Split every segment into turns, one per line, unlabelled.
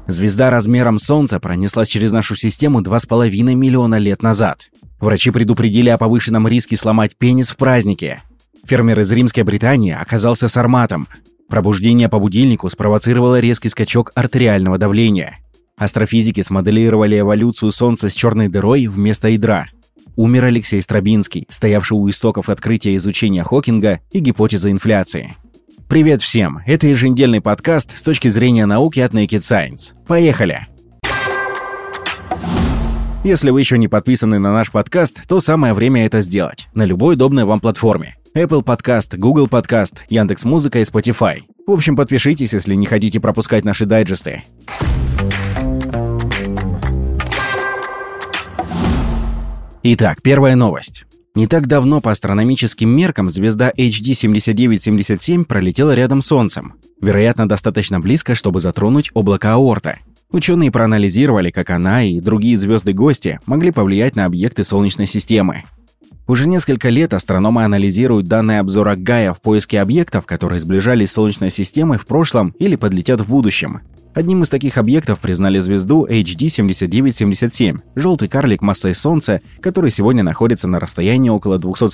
Звезда размером с Солнце пронеслась через нашу систему 2,5 миллиона лет назад. Врачи предупредили о повышенном риске сломать пенис в празднике. Фермер из Римской Британии оказался сарматом. Пробуждение по будильнику спровоцировало резкий скачок артериального давления. Астрофизики смоделировали эволюцию Солнца с черной дырой вместо ядра. Умер Алексей Стробинский, стоявший у истоков открытия изучения Хокинга и гипотезы инфляции. Привет всем! Это еженедельный подкаст с точки зрения науки от Naked Science. Поехали! Если вы еще не подписаны на наш подкаст, то самое время это сделать на любой удобной вам платформе. Apple Podcast, Google Podcast, Яндекс.Музыка и Spotify. В общем, подпишитесь, если не хотите пропускать наши дайджесты. Итак, первая новость. Не так давно по астрономическим меркам звезда HD 7977 пролетела рядом с Солнцем. Вероятно, достаточно близко, чтобы затронуть облако Оорта. Ученые проанализировали, как она и другие звезды-гости могли повлиять на объекты Солнечной системы. Уже несколько лет астрономы анализируют данные обзора Гая в поиске объектов, которые сближались с Солнечной системой в прошлом или подлетят в будущем. Одним из таких объектов признали звезду HD 7977, желтый карлик массой Солнца, который сегодня находится на расстоянии около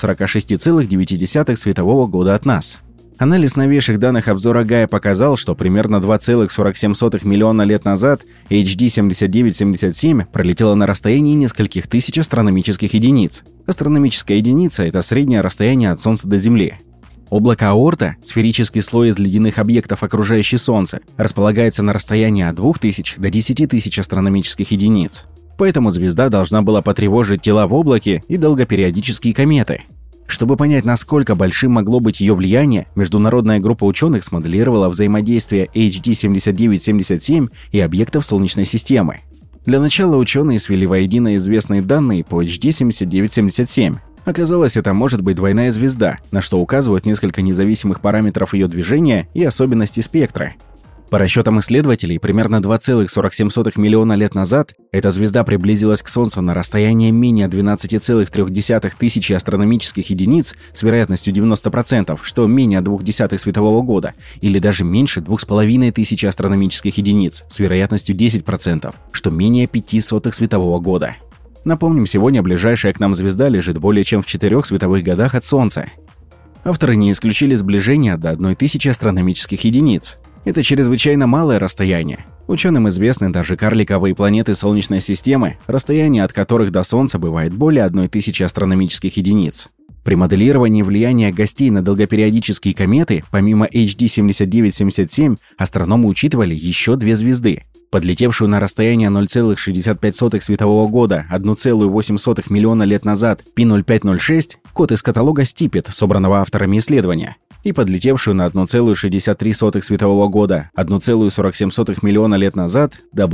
246,9 светового года от нас. Анализ новейших данных обзора Гая показал, что примерно 2,47 миллиона лет назад HD 7977 пролетела на расстоянии нескольких тысяч астрономических единиц. Астрономическая единица – это среднее расстояние от Солнца до Земли. Облако Оорта, сферический слой из ледяных объектов, окружающий Солнце, располагается на расстоянии от 2000 до 10 тысяч астрономических единиц. Поэтому звезда должна была потревожить тела в облаке и долгопериодические кометы. Чтобы понять, насколько большим могло быть ее влияние, международная группа ученых смоделировала взаимодействие HD 7977 и объектов Солнечной системы. Для начала ученые свели воедино известные данные по HD 7977. Оказалось, это может быть двойная звезда, на что указывают несколько независимых параметров ее движения и особенностей спектра. По расчетам исследователей, примерно 2,47 миллиона лет назад эта звезда приблизилась к Солнцу на расстояние менее 12,3 тысячи астрономических единиц с вероятностью 90%, что менее 0,2 светового года, или даже меньше 2500 астрономических единиц с вероятностью 10%, что менее 0,05 светового года. Напомним, сегодня ближайшая к нам звезда лежит более чем в 4 световых годах от Солнца. Авторы не исключили сближение до 1000 астрономических единиц. Это чрезвычайно малое расстояние. Ученым известны даже карликовые планеты Солнечной системы, расстояние от которых до Солнца бывает более 1000 астрономических единиц. При моделировании влияния гостей на долгопериодические кометы, помимо HD 7977, астрономы учитывали еще две звезды. Подлетевшую на расстояние 0,65 светового года 1,08 миллиона лет назад P0506, код из каталога Стиппет, собранного авторами исследования, и подлетевшую на 1,63 светового года 1,47 миллиона лет назад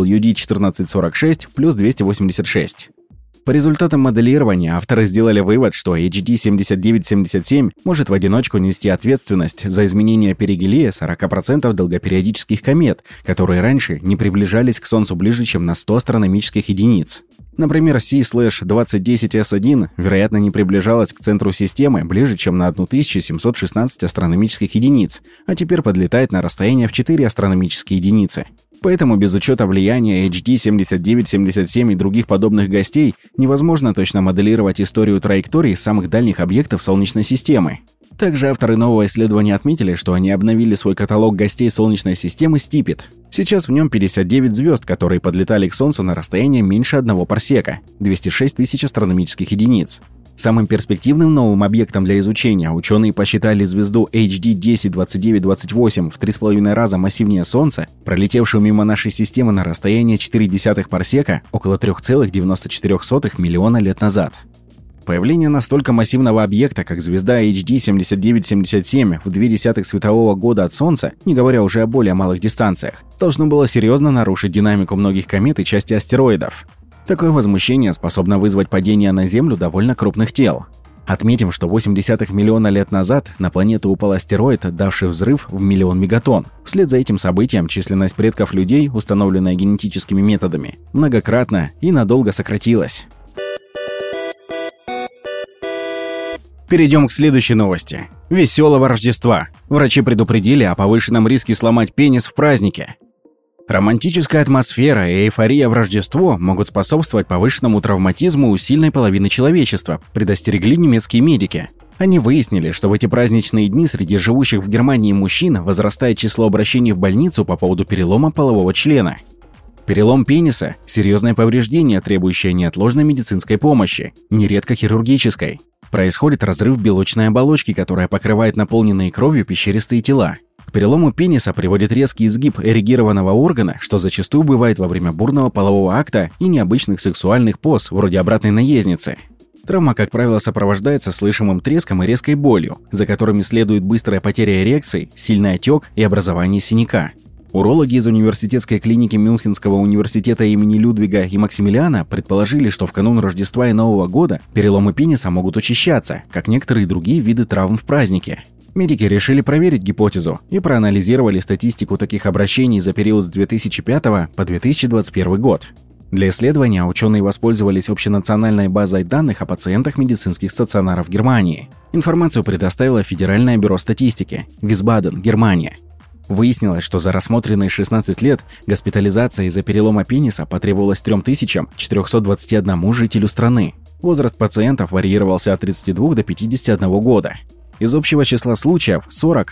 WD1446 плюс 286. По результатам моделирования авторы сделали вывод, что HD 7977 может в одиночку нести ответственность за изменение перигелия 40% долгопериодических комет, которые раньше не приближались к Солнцу ближе, чем на 100 астрономических единиц. Например, C/2010S1, вероятно, не приближалась к центру системы ближе, чем на 1716 астрономических единиц, а теперь подлетает на расстояние в 4 астрономические единицы. Поэтому без учета влияния HD 7977 и других подобных гостей невозможно точно моделировать историю траекторий самых дальних объектов Солнечной системы. Также авторы нового исследования отметили, что они обновили свой каталог гостей Солнечной системы Стиппет. Сейчас в нем 59 звезд, которые подлетали к Солнцу на расстояние меньше 1 парсека – 206 тысяч астрономических единиц. Самым перспективным новым объектом для изучения ученые посчитали звезду HD 102928 в 3,5 раза массивнее Солнца, пролетевшую мимо нашей системы на расстояние 0,4 парсека, около 3,94 миллиона лет назад. Появление настолько массивного объекта, как звезда HD 7977 в 0,2 светового года от Солнца, не говоря уже о более малых дистанциях, должно было серьезно нарушить динамику многих комет и части астероидов. Такое возмущение способно вызвать падение на Землю довольно крупных тел. Отметим, что 0,8 миллиона лет назад на планету упал астероид, давший взрыв в 1 миллион мегатонн. Вслед за этим событием численность предков людей, установленная генетическими методами, многократно и надолго сократилась. Перейдем к следующей новости. Веселого Рождества. Врачи предупредили о повышенном риске сломать пенис в празднике. Романтическая атмосфера и эйфория в Рождество могут способствовать повышенному травматизму у сильной половины человечества, предостерегли немецкие медики. Они выяснили, что в эти праздничные дни среди живущих в Германии мужчин возрастает число обращений в больницу по поводу перелома полового члена. Перелом пениса – серьезное повреждение, требующее неотложной медицинской помощи, нередко хирургической. Происходит разрыв белочной оболочки, которая покрывает наполненные кровью пещеристые тела. К перелому пениса приводит резкий изгиб эрегированного органа, что зачастую бывает во время бурного полового акта и необычных сексуальных поз, вроде обратной наездницы. Травма, как правило, сопровождается слышимым треском и резкой болью, за которыми следует быстрая потеря эрекции, сильный отек и образование синяка. Урологи из университетской клиники Мюнхенского университета имени Людвига и Максимилиана предположили, что в канун Рождества и Нового года переломы пениса могут учащаться, как некоторые другие виды травм в празднике. Медики решили проверить гипотезу и проанализировали статистику таких обращений за период с 2005 по 2021 год. Для исследования ученые воспользовались общенациональной базой данных о пациентах медицинских стационаров Германии. Информацию предоставило Федеральное бюро статистики, Висбаден, Германия. Выяснилось, что за рассмотренные 16 лет госпитализация из-за перелома пениса потребовалась 3421 жителю страны. Возраст пациентов варьировался от 32 до 51 года. Из общего числа случаев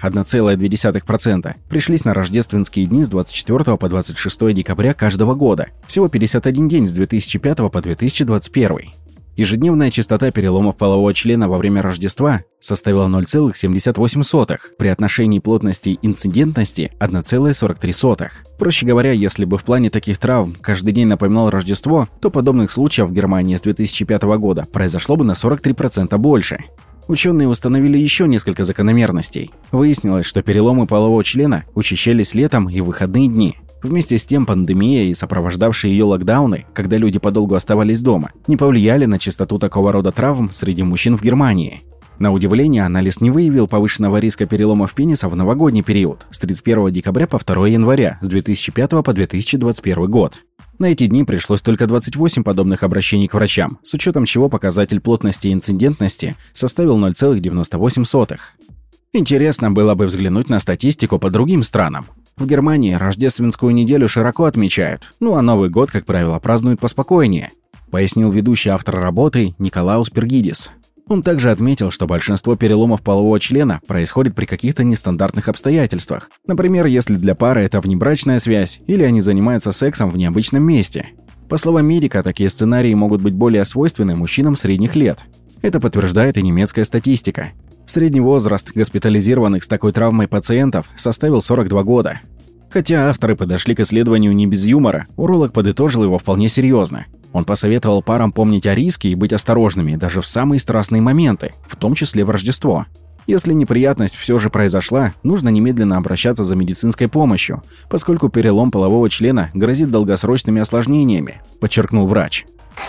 41,2% пришлись на рождественские дни с 24 по 26 декабря каждого года, всего 51 день с 2005 по 2021. Ежедневная частота переломов полового члена во время Рождества составила 0,78, при отношении плотности инцидентности 1,43. Проще говоря, если бы в плане таких травм каждый день напоминал Рождество, то подобных случаев в Германии с 2005 года произошло бы на 43% больше. Ученые установили еще несколько закономерностей. Выяснилось, что переломы полового члена учащались летом и в выходные дни. Вместе с тем пандемия и сопровождавшие ее локдауны, когда люди подолгу оставались дома, не повлияли на частоту такого рода травм среди мужчин в Германии. На удивление, анализ не выявил повышенного риска переломов пениса в новогодний период с 31 декабря по 2 января с 2005 по 2021 год. На эти дни пришлось только 28 подобных обращений к врачам, с учетом чего показатель плотности и инцидентности составил 0,98. Интересно было бы взглянуть на статистику по другим странам. В Германии рождественскую неделю широко отмечают, а Новый год, как правило, празднуют поспокойнее, пояснил ведущий автор работы Николаус Пергидис. Он также отметил, что большинство переломов полового члена происходит при каких-то нестандартных обстоятельствах. Например, если для пары это внебрачная связь или они занимаются сексом в необычном месте. По словам медика, такие сценарии могут быть более свойственны мужчинам средних лет. Это подтверждает и немецкая статистика. Средний возраст госпитализированных с такой травмой пациентов составил 42 года. Хотя авторы подошли к исследованию не без юмора, уролог подытожил его вполне серьезно. Он посоветовал парам помнить о риске и быть осторожными даже в самые страстные моменты, в том числе в Рождество. Если неприятность все же произошла, нужно немедленно обращаться за медицинской помощью, поскольку перелом полового члена грозит долгосрочными осложнениями, подчеркнул врач.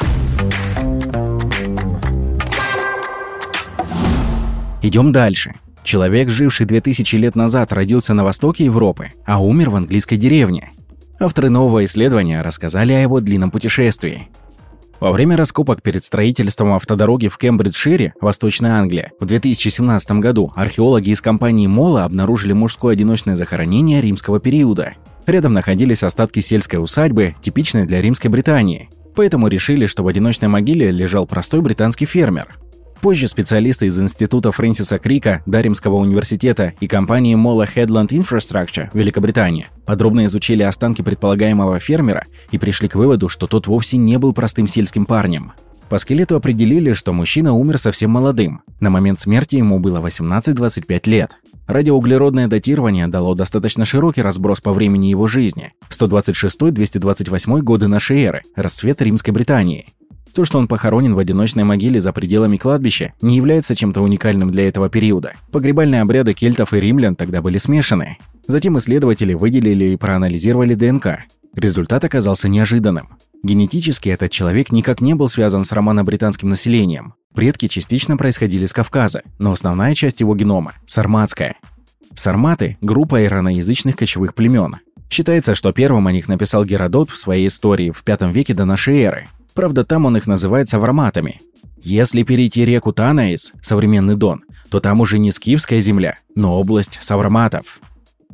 Идем дальше. Человек, живший 2000 лет назад, родился на востоке Европы, а умер в английской деревне. Авторы нового исследования рассказали о его длинном путешествии. Во время раскопок перед строительством автодороги в Кембриджшире, Восточная Англия, в 2017 году археологи из компании Мола обнаружили мужское одиночное захоронение римского периода. Рядом находились остатки сельской усадьбы, типичной для римской Британии. Поэтому решили, что в одиночной могиле лежал простой британский фермер. Позже специалисты из Института Фрэнсиса Крика, Даримского университета и компании Mola Headland Infrastructure, Великобритания, подробно изучили останки предполагаемого фермера и пришли к выводу, что тот вовсе не был простым сельским парнем. По скелету определили, что мужчина умер совсем молодым. На момент смерти ему было 18-25 лет. Радиоуглеродное датирование дало достаточно широкий разброс по времени его жизни – 126-228 годы нашей эры, расцвет Римской Британии. То, что он похоронен в одиночной могиле за пределами кладбища, не является чем-то уникальным для этого периода. Погребальные обряды кельтов и римлян тогда были смешаны. Затем исследователи выделили и проанализировали ДНК. Результат оказался неожиданным. Генетически этот человек никак не был связан с романо-британским населением. Предки частично происходили с Кавказа, но основная часть его генома – сарматская. Сарматы – группа ираноязычных кочевых племен. Считается, что первым о них написал Геродот в своей истории в V веке до нашей эры. Правда, там он их называет савраматами. Если перейти реку Танаис, современный Дон, то там уже не скифская земля, но область савраматов.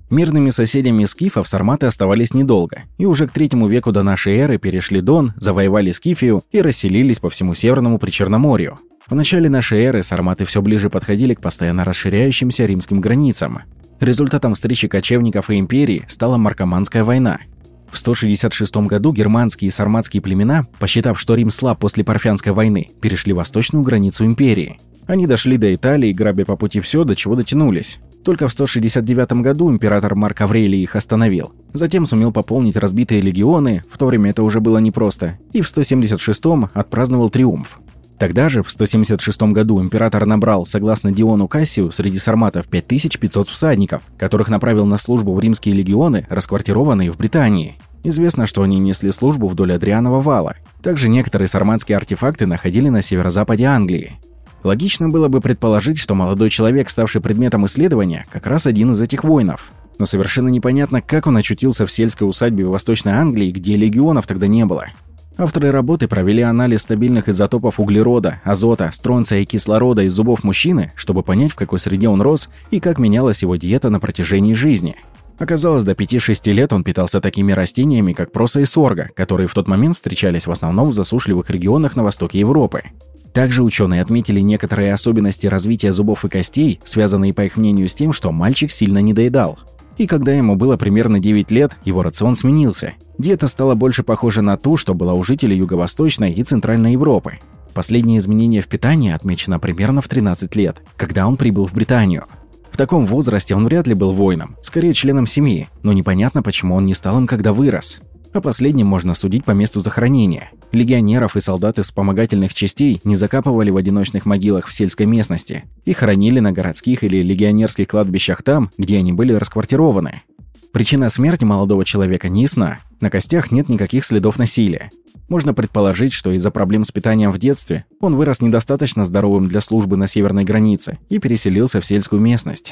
Мирными соседями скифов сарматы оставались недолго, и уже к III веку до нашей эры перешли Дон, завоевали Скифию и расселились по всему Северному Причерноморью. В начале нашей эры сарматы все ближе подходили к постоянно расширяющимся римским границам. Результатом встречи кочевников и империи стала Маркоманская война. В 166 году германские и сарматские племена, посчитав, что Рим слаб после Парфянской войны, перешли восточную границу империи. Они дошли до Италии, грабя по пути все, до чего дотянулись. Только в 169 году император Марк Аврелий их остановил. Затем сумел пополнить разбитые легионы, в то время это уже было непросто, и в 176-м отпраздновал триумф. Тогда же, в 176 году, император набрал, согласно Диону Кассию, среди сарматов 5500 всадников, которых направил на службу в римские легионы, расквартированные в Британии. Известно, что они несли службу вдоль Адрианова вала. Также некоторые сарматские артефакты находили на северо-западе Англии. Логично было бы предположить, что молодой человек, ставший предметом исследования, как раз один из этих воинов. Но совершенно непонятно, как он очутился в сельской усадьбе в Восточной Англии, где легионов тогда не было. Авторы работы провели анализ стабильных изотопов углерода, азота, стронция и кислорода из зубов мужчины, чтобы понять, в какой среде он рос и как менялась его диета на протяжении жизни. Оказалось, до 5-6 лет он питался такими растениями, как проса и сорга, которые в тот момент встречались в основном в засушливых регионах на востоке Европы. Также ученые отметили некоторые особенности развития зубов и костей, связанные, по их мнению, с тем, что мальчик сильно недоедал. И когда ему было примерно 9 лет, его рацион сменился. Диета стала больше похожа на ту, что была у жителей Юго-Восточной и Центральной Европы. Последнее изменение в питании отмечено примерно в 13 лет, когда он прибыл в Британию. В таком возрасте он вряд ли был воином, скорее членом семьи, но непонятно, почему он не стал им, когда вырос. О последнем можно судить по месту захоронения. Легионеров и солдат из вспомогательных частей не закапывали в одиночных могилах в сельской местности и хоронили на городских или легионерских кладбищах там, где они были расквартированы. Причина смерти молодого человека не ясна, на костях нет никаких следов насилия. Можно предположить, что из-за проблем с питанием в детстве он вырос недостаточно здоровым для службы на северной границе и переселился в сельскую местность.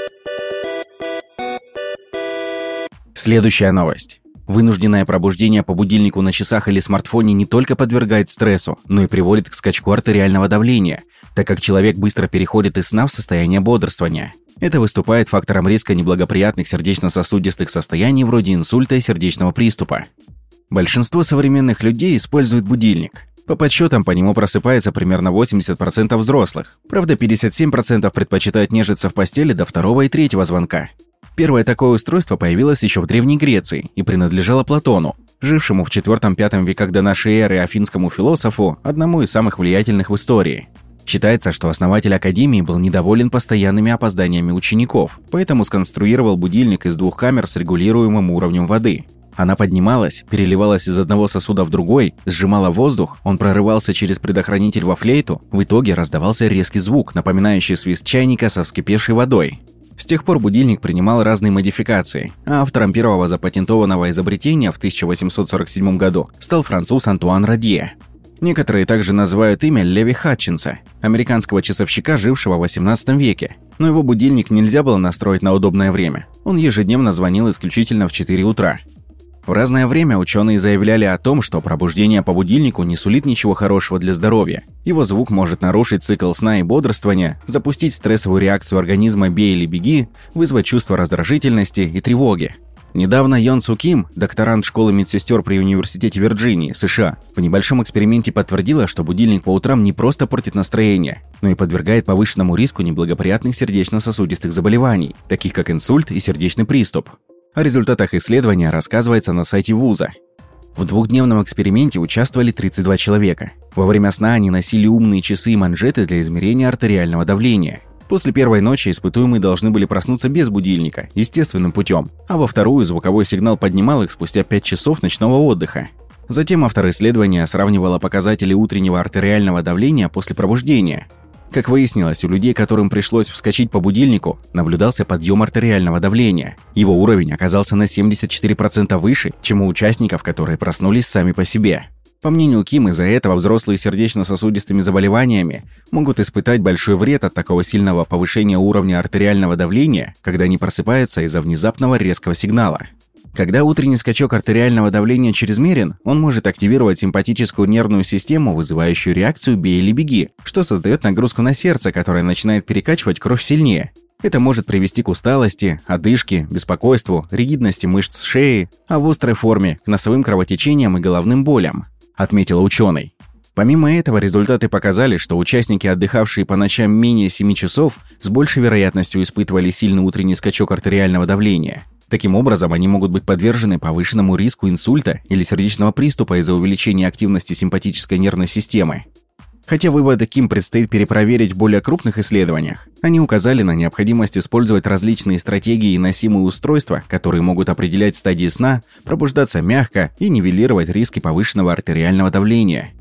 Следующая новость. Вынужденное пробуждение по будильнику на часах или смартфоне не только подвергает стрессу, но и приводит к скачку артериального давления, так как человек быстро переходит из сна в состояние бодрствования. Это выступает фактором риска неблагоприятных сердечно-сосудистых состояний вроде инсульта и сердечного приступа. Большинство современных людей используют будильник. По подсчетам, по нему просыпается примерно 80% взрослых. Правда, 57% предпочитают нежиться в постели до второго и третьего звонка. Первое такое устройство появилось еще в Древней Греции и принадлежало Платону, жившему в IV-V веках до нашей эры афинскому философу, одному из самых влиятельных в истории. Считается, что основатель Академии был недоволен постоянными опозданиями учеников, поэтому сконструировал будильник из 2 камер с регулируемым уровнем воды. Она поднималась, переливалась из одного сосуда в другой, сжимала воздух, он прорывался через предохранитель во флейту, в итоге раздавался резкий звук, напоминающий свист чайника со вскипевшей водой. С тех пор будильник принимал разные модификации, а автором первого запатентованного изобретения в 1847 году стал француз Антуан Радье. Некоторые также называют имя Леви Хатчинса, американского часовщика, жившего в XVIII веке. Но его будильник нельзя было настроить на удобное время. Он ежедневно звонил исключительно в 4 утра. В разное время ученые заявляли о том, что пробуждение по будильнику не сулит ничего хорошего для здоровья. Его звук может нарушить цикл сна и бодрствования, запустить стрессовую реакцию организма «бей или беги», вызвать чувство раздражительности и тревоги. Недавно Йон Су Ким, докторант школы медсестер при Университете Вирджинии, США, в небольшом эксперименте подтвердила, что будильник по утрам не просто портит настроение, но и подвергает повышенному риску неблагоприятных сердечно-сосудистых заболеваний, таких как инсульт и сердечный приступ. О результатах исследования рассказывается на сайте вуза. В 2-дневном эксперименте участвовали 32 человека. Во время сна они носили умные часы и манжеты для измерения артериального давления. После первой ночи испытуемые должны были проснуться без будильника, естественным путем, а во вторую звуковой сигнал поднимал их спустя 5 часов ночного отдыха. Затем автор исследования сравнивала показатели утреннего артериального давления после пробуждения. Как выяснилось, у людей, которым пришлось вскочить по будильнику, наблюдался подъем артериального давления. Его уровень оказался на 74% выше, чем у участников, которые проснулись сами по себе. По мнению Ким, из-за этого взрослые с сердечно-сосудистыми заболеваниями могут испытать большой вред от такого сильного повышения уровня артериального давления, когда они просыпаются из-за внезапного резкого сигнала. Когда утренний скачок артериального давления чрезмерен, он может активировать симпатическую нервную систему, вызывающую реакцию «бей или беги», что создает нагрузку на сердце, которое начинает перекачивать кровь сильнее. Это может привести к усталости, одышке, беспокойству, ригидности мышц шеи, а в острой форме – к носовым кровотечениям и головным болям, отметил ученый. Помимо этого, результаты показали, что участники, отдыхавшие по ночам менее 7 часов, с большей вероятностью испытывали сильный утренний скачок артериального давления. Таким образом, они могут быть подвержены повышенному риску инсульта или сердечного приступа из-за увеличения активности симпатической нервной системы. Хотя выводы Ким предстоит перепроверить в более крупных исследованиях, они указали на необходимость использовать различные стратегии и носимые устройства, которые могут определять стадии сна, пробуждаться мягко и нивелировать риски повышенного артериального давления.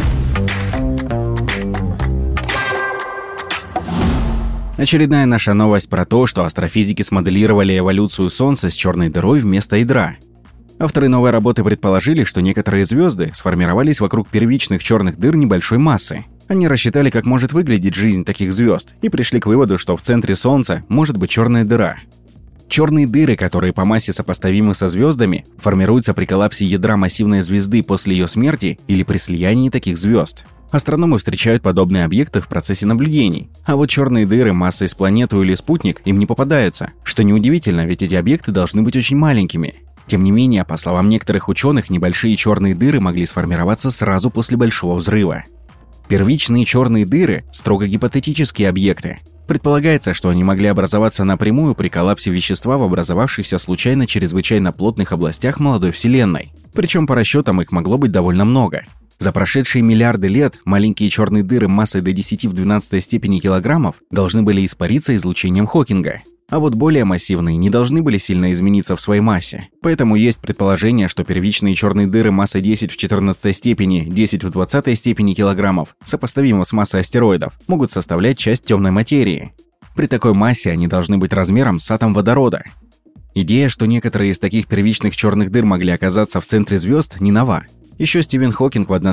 Очередная наша новость про то, что астрофизики смоделировали эволюцию Солнца с черной дырой вместо ядра. Авторы новой работы предположили, что некоторые звезды сформировались вокруг первичных черных дыр небольшой массы. Они рассчитали, как может выглядеть жизнь таких звезд, и пришли к выводу, что в центре Солнца может быть черная дыра. Черные дыры, которые по массе сопоставимы со звездами, формируются при коллапсе ядра массивной звезды после ее смерти или при слиянии таких звезд. Астрономы встречают подобные объекты в процессе наблюдений, а вот черные дыры массой с планету или спутник им не попадаются, что неудивительно, ведь эти объекты должны быть очень маленькими. Тем не менее, по словам некоторых ученых, небольшие черные дыры могли сформироваться сразу после Большого взрыва. Первичные черные дыры – строго гипотетические объекты. Предполагается, что они могли образоваться напрямую при коллапсе вещества в образовавшихся случайно чрезвычайно плотных областях молодой Вселенной. Причем по расчетам их могло быть довольно много. За прошедшие миллиарды лет маленькие черные дыры массой до 10 в 12 степени килограммов должны были испариться излучением Хокинга. А вот более массивные не должны были сильно измениться в своей массе. Поэтому есть предположение, что первичные черные дыры массой 10 в 14 степени, 10 в 20 степени килограммов, сопоставимо с массой астероидов, могут составлять часть темной материи. При такой массе они должны быть размером с атом водорода. Идея, что некоторые из таких первичных черных дыр могли оказаться в центре звезд, не нова. Еще Стивен Хокинг в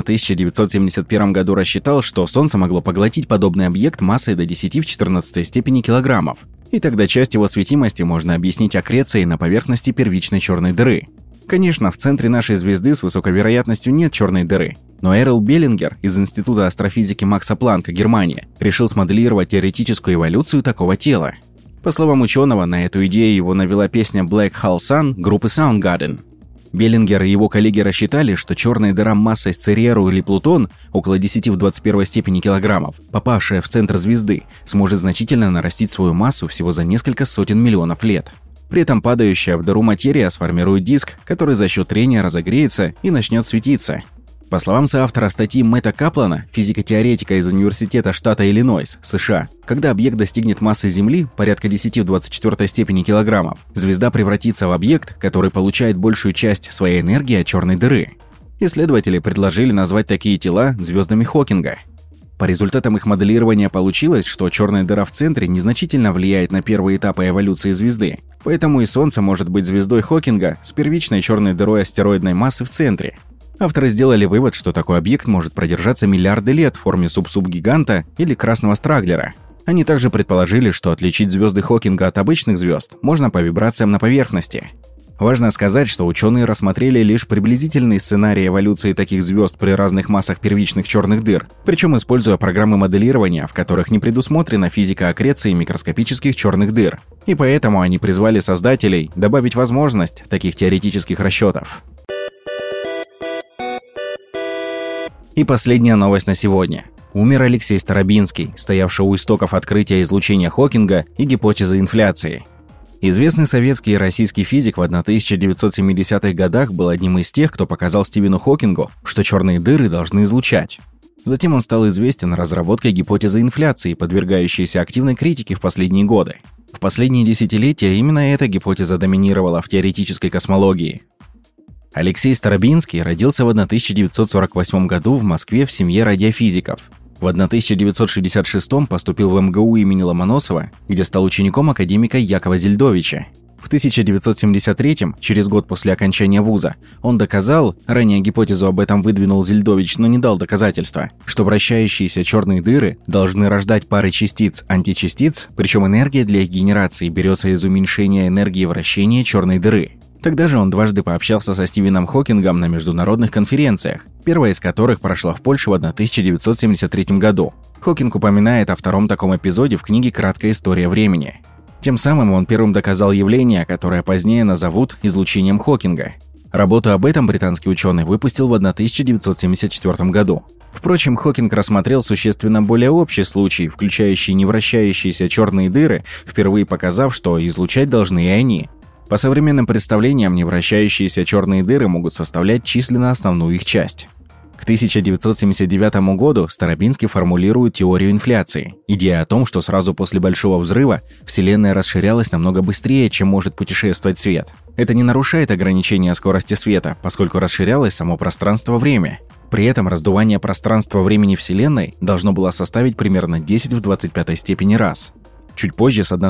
1971 году рассчитал, что Солнце могло поглотить подобный объект массой до 10 в 14 степени килограммов. И тогда часть его светимости можно объяснить аккрецией на поверхности первичной черной дыры. Конечно, в центре нашей звезды с высокой вероятностью нет черной дыры, но Эрл Беллингер из Института астрофизики Макса Планка, Германия, решил смоделировать теоретическую эволюцию такого тела. По словам ученого, на эту идею его навела песня Black Hole Sun группы Soundgarden. Беллингер и его коллеги рассчитали, что черная дыра массой с Цереру или Плутон, около 10 в 21 степени килограммов, попавшая в центр звезды, сможет значительно нарастить свою массу всего за несколько сотен миллионов лет. При этом падающая в дыру материя сформирует диск, который за счет трения разогреется и начнет светиться. По словам соавтора статьи Мэтта Каплана, физико-теоретика из Университета штата Иллинойс, США, когда объект достигнет массы Земли, порядка 10 в 24 степени килограммов, звезда превратится в объект, который получает большую часть своей энергии от черной дыры. Исследователи предложили назвать такие тела звездами Хокинга. По результатам их моделирования получилось, что черная дыра в центре незначительно влияет на первые этапы эволюции звезды, поэтому и Солнце может быть звездой Хокинга с первичной черной дырой астероидной массы в центре. Авторы сделали вывод, что такой объект может продержаться миллиарды лет в форме суб-гиганта или красного страглера. Они также предположили, что отличить звезды Хокинга от обычных звезд можно по вибрациям на поверхности. Важно сказать, что ученые рассмотрели лишь приблизительный сценарий эволюции таких звезд при разных массах первичных черных дыр, причем используя программы моделирования, в которых не предусмотрена физика аккреции микроскопических черных дыр. И поэтому они призвали создателей добавить возможность таких теоретических расчетов. И последняя новость на сегодня. Умер Алексей Старобинский, стоявший у истоков открытия излучения Хокинга и гипотезы инфляции. Известный советский и российский физик в 1970-х годах был одним из тех, кто показал Стивену Хокингу, что черные дыры должны излучать. Затем он стал известен разработкой гипотезы инфляции, подвергающейся активной критике в последние годы. В последние десятилетия именно эта гипотеза доминировала в теоретической космологии. Алексей Старобинский родился в 1948 году в Москве в семье радиофизиков. В 1966 поступил в МГУ имени Ломоносова, где стал учеником академика Якова Зельдовича. В 1973, через год после окончания вуза, он доказал, ранее гипотезу об этом выдвинул Зельдович, но не дал доказательства, что вращающиеся черные дыры должны рождать пары частиц-античастиц, причем энергия для их генерации берется из уменьшения энергии вращения черной дыры. Тогда же он дважды пообщался со Стивеном Хокингом на международных конференциях, первая из которых прошла в Польше в 1973 году. Хокинг упоминает о втором таком эпизоде в книге «Краткая история времени». Тем самым он первым доказал явление, которое позднее назовут излучением Хокинга. Работу об этом британский ученый выпустил в 1974 году. Впрочем, Хокинг рассмотрел существенно более общий случай, включающий невращающиеся черные дыры, впервые показав, что излучать должны и они. По современным представлениям, невращающиеся черные дыры могут составлять численно основную их часть. К 1979 году Старобинский формулирует теорию инфляции. Идея о том, что сразу после Большого взрыва Вселенная расширялась намного быстрее, чем может путешествовать свет. Это не нарушает ограничения скорости света, поскольку расширялось само пространство-время. При этом раздувание пространства-времени Вселенной должно было составить примерно 10 в 25 степени раз. Чуть позже, с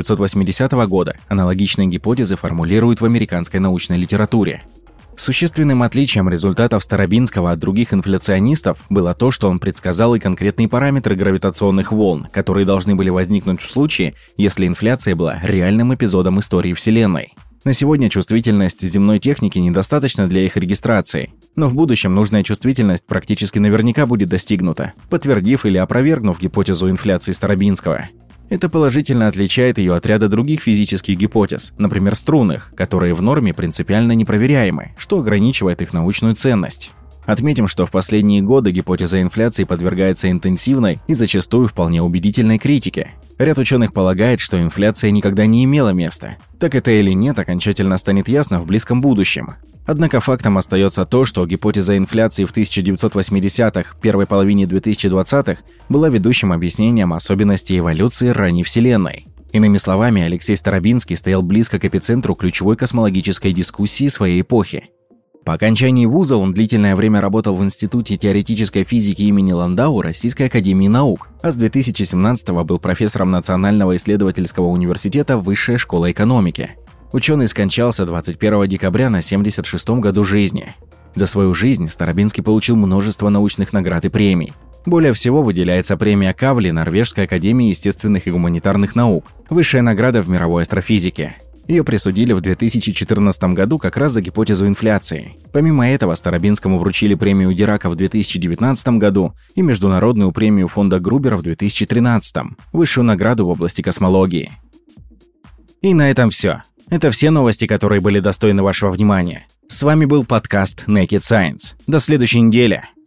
1980 года, аналогичные гипотезы формулируют в американской научной литературе. Существенным отличием результатов Старобинского от других инфляционистов было то, что он предсказал и конкретные параметры гравитационных волн, которые должны были возникнуть в случае, если инфляция была реальным эпизодом истории Вселенной. На сегодня чувствительность земной техники недостаточна для их регистрации, но в будущем нужная чувствительность практически наверняка будет достигнута, подтвердив или опровергнув гипотезу инфляции Старобинского. Это положительно отличает ее от ряда других физических гипотез, например, струнных, которые в норме принципиально непроверяемы, что ограничивает их научную ценность. Отметим, что в последние годы гипотеза инфляции подвергается интенсивной и зачастую вполне убедительной критике. Ряд ученых полагает, что инфляция никогда не имела места. Так это или нет, окончательно станет ясно в близком будущем. Однако фактом остается то, что гипотеза инфляции в 1980-х, первой половине 2020-х была ведущим объяснением особенностей эволюции ранней Вселенной. Иными словами, Алексей Старобинский стоял близко к эпицентру ключевой космологической дискуссии своей эпохи. По окончании вуза он длительное время работал в Институте теоретической физики имени Ландау Российской академии наук, а с 2017-го был профессором Национального исследовательского университета Высшей школы экономики. Ученый скончался 21 декабря на 76-м году жизни. За свою жизнь Старобинский получил множество научных наград и премий. Более всего выделяется премия Кавли Норвежской академии естественных и гуманитарных наук, высшая награда в мировой астрофизике. Ее присудили в 2014 году как раз за гипотезу инфляции. Помимо этого, Старобинскому вручили премию Дирака в 2019 году и международную премию фонда Грубера в 2013, высшую награду в области космологии. И на этом все. Это все новости, которые были достойны вашего внимания. С вами был подкаст Naked Science. До следующей недели.